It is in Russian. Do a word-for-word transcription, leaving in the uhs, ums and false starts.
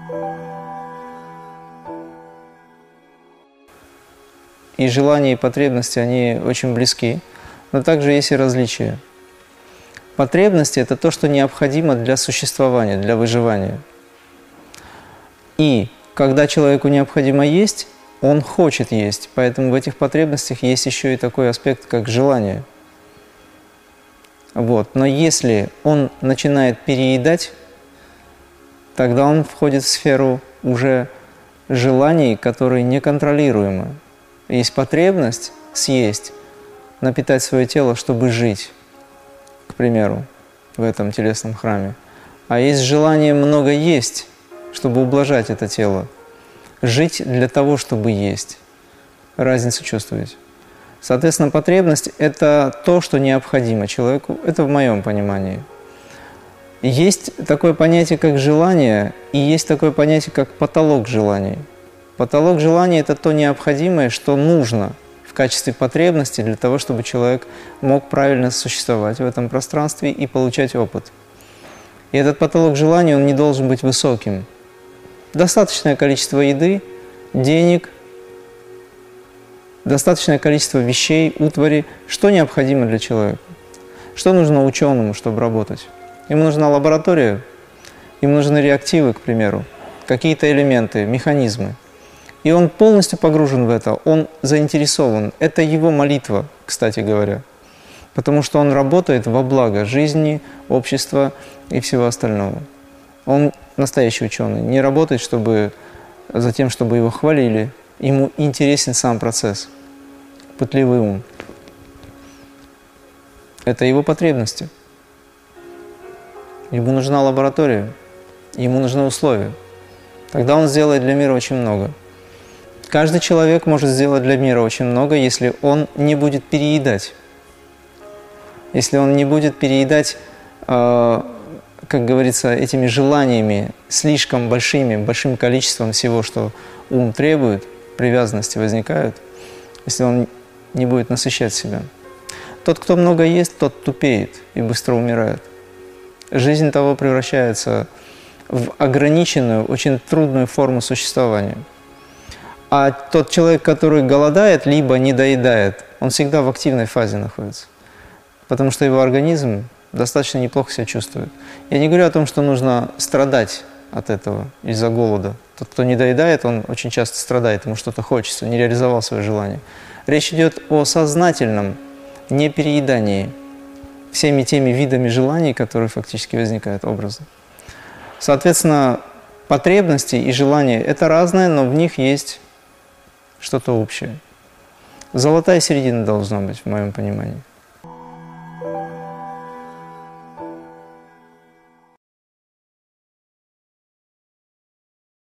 И желания, и потребности, они очень близки, но также есть и различия. Потребности – это то, что необходимо для существования, для выживания. И когда человеку необходимо есть, он хочет есть, поэтому в этих потребностях есть еще и такой аспект, как желание. Вот. Но если он начинает переедать, тогда он входит в сферу уже желаний, которые неконтролируемы. Есть потребность съесть, напитать свое тело, чтобы жить, к примеру, в этом телесном храме. А есть желание много есть, чтобы ублажать это тело. Жить для того, чтобы есть. Разницу чувствуете? Соответственно, потребность – это то, что необходимо человеку. Это в моем понимании. Есть такое понятие, как желание, и есть такое понятие, как потолок желаний. Потолок желаний – это то необходимое, что нужно в качестве потребности для того, чтобы человек мог правильно существовать в этом пространстве и получать опыт. И этот потолок желаний, он не должен быть высоким. Достаточное количество еды, денег, достаточное количество вещей, утвари, что необходимо для человека. Что нужно ученому, чтобы работать? Ему нужна лаборатория, ему нужны реактивы, к примеру, какие-то элементы, механизмы. И он полностью погружен в это, он заинтересован. Это его молитва, кстати говоря. Потому что он работает во благо жизни, общества и всего остального. Он настоящий ученый, не работает чтобы, за тем, чтобы его хвалили. Ему интересен сам процесс, пытливый ум. Это его потребности. Ему нужна лаборатория, ему нужны условия. Тогда он сделает для мира очень много. Каждый человек может сделать для мира очень много, если он не будет переедать. Если он не будет переедать, э, как говорится, этими желаниями, слишком большими, большим количеством всего, что ум требует, привязанности возникают, если он не будет насыщать себя. Тот, кто много ест, тот тупеет и быстро умирает. Жизнь того превращается в ограниченную, очень трудную форму существования. А тот человек, который голодает, либо не доедает, он всегда в активной фазе находится. Потому что его организм достаточно неплохо себя чувствует. Я не говорю о том, что нужно страдать от этого из-за голода. Тот, кто не доедает, он очень часто страдает, ему что-то хочется, не реализовал свое желание. Речь идет о сознательном непереедании всеми теми видами желаний, которые фактически возникают образно. Соответственно, потребности и желания – это разное, но в них есть что-то общее. Золотая середина должна быть, в моем понимании.